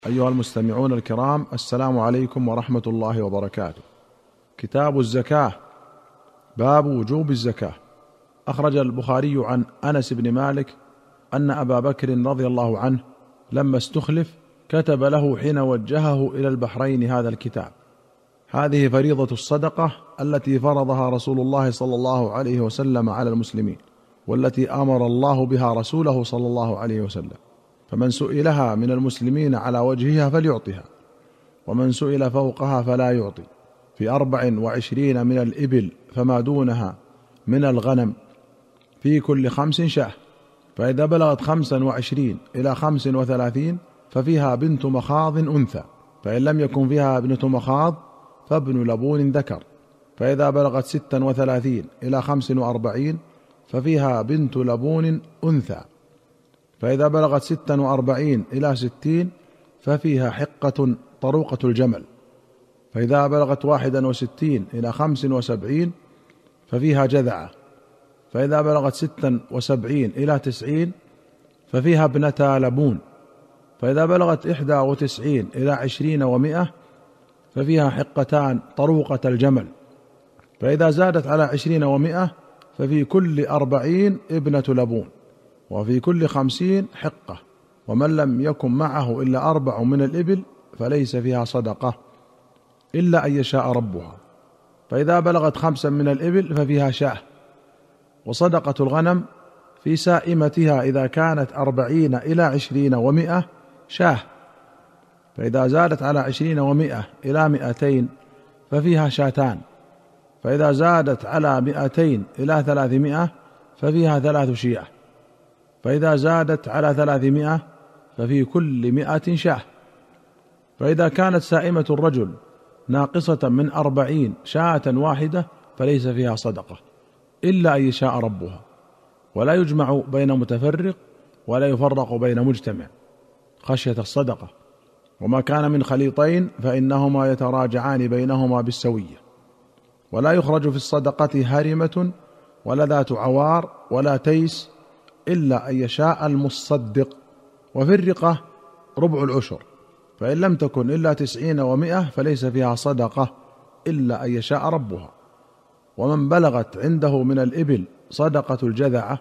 أيها المستمعون الكرام، السلام عليكم ورحمة الله وبركاته. كتاب الزكاة، باب وجوب الزكاة. أخرج البخاري عن أنس بن مالك أن أبا بكر رضي الله عنه لما استخلف كتب له حين وجهه إلى البحرين هذا الكتاب: هذه فريضة الصدقة التي فرضها رسول الله صلى الله عليه وسلم على المسلمين، والتي أمر الله بها رسوله صلى الله عليه وسلم، فمن سئلها من المسلمين على وجهها فليعطها، ومن سئل فوقها فلا يعطي، في 24 من الإبل فما دونها من الغنم، في كل 5 شاة، فإذا بلغت 25 إلى 35 ففيها بنت مخاض أنثى، فإن لم يكن فيها ابنة مخاض فابن لبون ذكر، فإذا بلغت 36 إلى 45 ففيها بنت لبون أنثى، فإذا بلغت 46 إلى 60 ففيها حقة طروقة الجمل، فإذا بلغت 61 إلى 75 ففيها جذعة، فإذا بلغت 76 إلى 90 ففيها ابنتا لبون، فإذا بلغت 91 إلى 20 و100 ففيها حقتان طروقة الجمل، فإذا زادت على 20 و100 ففي كل 40 ابنة لبون، وفي كل 50 حقة، ومن لم يكن معه إلا 4 من الإبل فليس فيها صدقة إلا أن يشاء ربها، فإذا بلغت 5 من الإبل ففيها شاة. وصدقة الغنم في سائمتها إذا كانت 40 إلى 20 و100 شاة، فإذا زادت على 20 و100 إلى 200 ففيها شاتان، فإذا زادت على 200 إلى 300 ففيها 3 شياه، فإذا زادت على 300 ففي كل 100 شاة. فإذا كانت سائمة الرجل ناقصة من 40 شاة واحدة فليس فيها صدقة إلا أن يشاء ربها، ولا يجمع بين متفرق ولا يفرق بين مجتمع خشية الصدقة. وما كان من خليطين فإنهما يتراجعان بينهما بالسوية، ولا يخرج في الصدقة هرمة ولا ذات عوار ولا تيس إلا أن يشاء المصدق. وفي الرقة ربع العشر، فإن لم تكن إلا 90 و100 فليس فيها صدقة إلا أن يشاء ربها. ومن بلغت عنده من الإبل صدقة الجذعة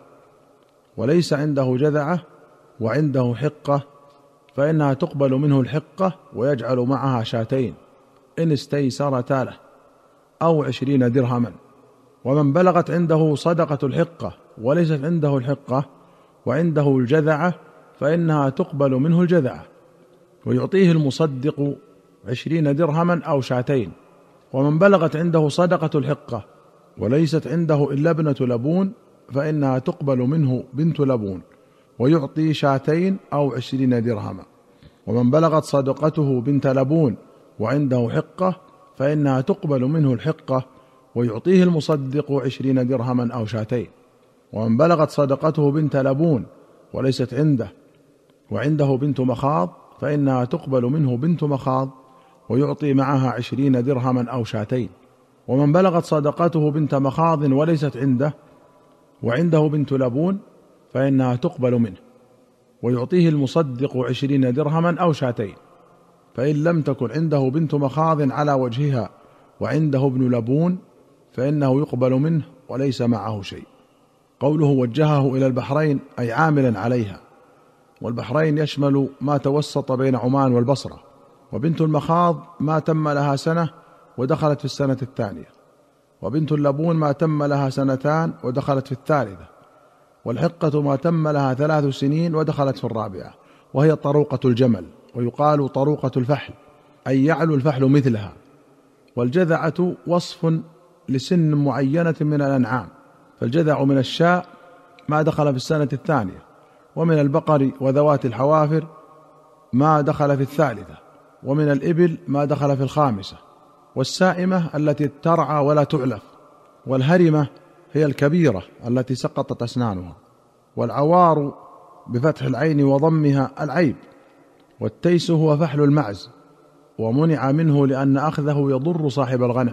وليس عنده جذعة وعنده حقة فإنها تقبل منه الحقة ويجعل معها شاتين إن استيسرتا له، أو 20 درهما. ومن بلغت عنده صدقة الحقة وليست عنده الحقة وعنده الجذعة فإنها تقبل منه الجذعة ويعطيه المصدق 20 درهما أو شاتين. ومن بلغت عنده صدقة الحقة وليست عنده إلا ابنة لبون فإنها تقبل منه بنت لبون ويعطي شاتين أو 20 درهما. ومن بلغت صدقته بنت لبون وعنده حقة فإنها تقبل منه الحقة ويعطيه المصدق 20 درهما أو شاتين. ومن بلغت صدقته بنت لبون وليست عنده وعنده بنت مخاض فإنها تقبل منه بنت مخاض ويعطي معها 20 درهما أو شاتين. ومن بلغت صدقته بنت مخاض وليست عنده وعنده بنت لبون فإنها تقبل منه ويعطيه المصدق 20 درهما أو شاتين. فإن لم تكن عنده بنت مخاض على وجهها وعنده ابن لبون فإنه يقبل منه وليس معه شيء. قوله وجهه إلى البحرين أي عاملا عليها، والبحرين يشمل ما توسط بين عمان والبصرة. وبنت المخاض ما تم لها سنة ودخلت في السنة الثانية، وبنت اللبون ما تم لها 2 سنين ودخلت في الثالثة، والحقة ما تم لها 3 سنين ودخلت في الرابعة، وهي طروقة الجمل، ويقال طروقة الفحل أي يعلو الفحل مثلها. والجذعة وصف لسن معينة من الأنعام، فالجذع من الشاء ما دخل في السنة الثانية، ومن البقر وذوات الحوافر ما دخل في الثالثة، ومن الإبل ما دخل في الخامسة. والسائمة التي ترعى ولا تعلف، والهرمة هي الكبيرة التي سقطت أسنانها، والعوار بفتح العين وضمها العيب، والتيس هو فحل المعز ومنع منه لأن أخذه يضر صاحب الغنم.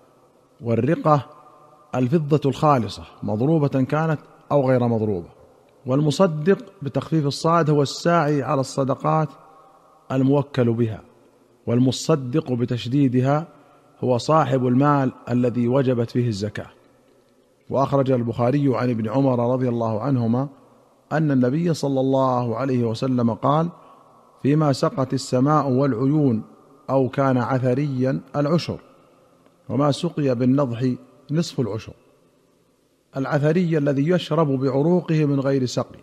والرقة الفضة الخالصة مضروبة كانت أو غير مضروبة. والمصدق بتخفيف الصاد هو الساعي على الصدقات الموكل بها، والمصدق بتشديدها هو صاحب المال الذي وجبت فيه الزكاة. وأخرج البخاري عن ابن عمر رضي الله عنهما أن النبي صلى الله عليه وسلم قال: فيما سقت السماء والعيون أو كان عثريا العشر، وما سقي بالنضح نصف العشر. العثري الذي يشرب بعروقه من غير سقي،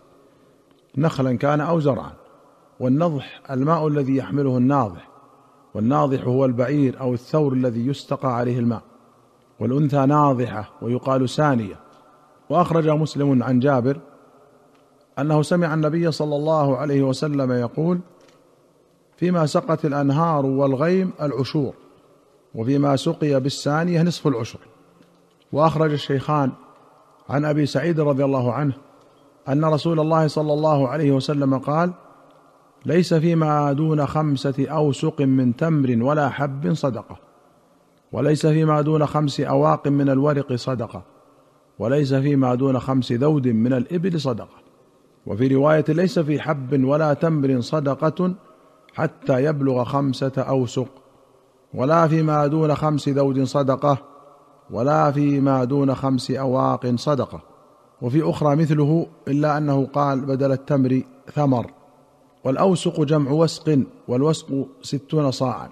نخلا كان أو زرعا. والنضح الماء الذي يحمله الناضح، والناضح هو البعير أو الثور الذي يستقى عليه الماء. والأنثى ناضحة ويقال سانية. وأخرج مسلم عن جابر أنه سمع النبي صلى الله عليه وسلم يقول: فيما سقت الأنهار والغيم العشور، وفيما سقي بالسانية نصف العشر. وأخرج الشيخان عن أبي سعيد رضي الله عنه أن رسول الله صلى الله عليه وسلم قال: ليس فيما دون 5 أوسق من تمر ولا حب صدقة، وليس فيما دون 5 أواق من الورق صدقة، وليس فيما دون 5 ذود من الإبل صدقة. وفي رواية: ليس في حب ولا تمر صدقة حتى يبلغ 5 أوسق، ولا فيما دون 5 ذود صدقة، ولا فيما دون 5 أواق صدقة. وفي أخرى مثله، إلا أنه قال بدل التمر ثمر. والأوسق جمع وسق، والوسق 60 صاعا،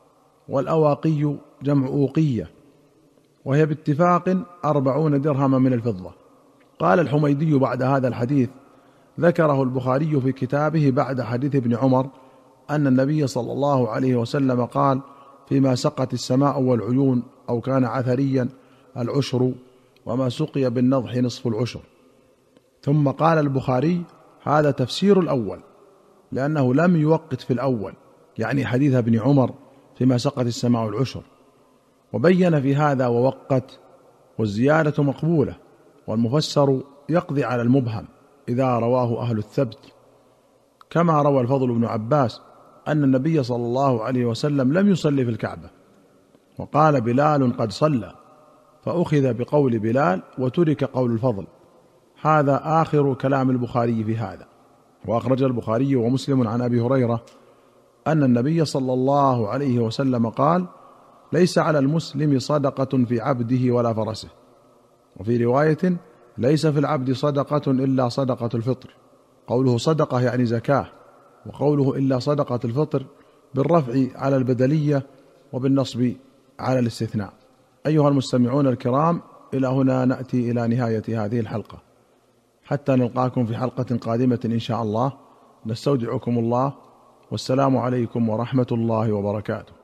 والأواقي جمع أوقية، وهي باتفاق 40 درهما من الفضة. قال الحميدي بعد هذا الحديث: ذكره البخاري في كتابه بعد حديث ابن عمر أن النبي صلى الله عليه وسلم قال: فيما سقت السماء والعيون أو كان عثريا العشر، وما سقي بالنضح نصف العشر. ثم قال البخاري: هذا تفسير الأول، لأنه لم يوقت في الأول، يعني حديث ابن عمر فيما سقت السماء العشر، وبين في هذا ووقت، والزيادة مقبولة، والمفسر يقضي على المبهم إذا رواه أهل الثبت، كما روى الفضل بن عباس أن النبي صلى الله عليه وسلم لم يصلي في الكعبة، وقال بلال قد صلى، فأخذ بقول بلال وترك قول الفضل. هذا آخر كلام البخاري في هذا. وأخرج البخاري ومسلم عن أبي هريرة أن النبي صلى الله عليه وسلم قال: ليس على المسلم صدقة في عبده ولا فرسه. وفي رواية: ليس في العبد صدقة إلا صدقة الفطر. قوله صدقة يعني زكاة، وقوله إلا صدقة الفطر بالرفع على البدلية وبالنصب على الاستثناء. أيها المستمعون الكرام، إلى هنا نأتي إلى نهاية هذه الحلقة، حتى نلقاكم في حلقة قادمة إن شاء الله. نستودعكم الله، والسلام عليكم ورحمة الله وبركاته.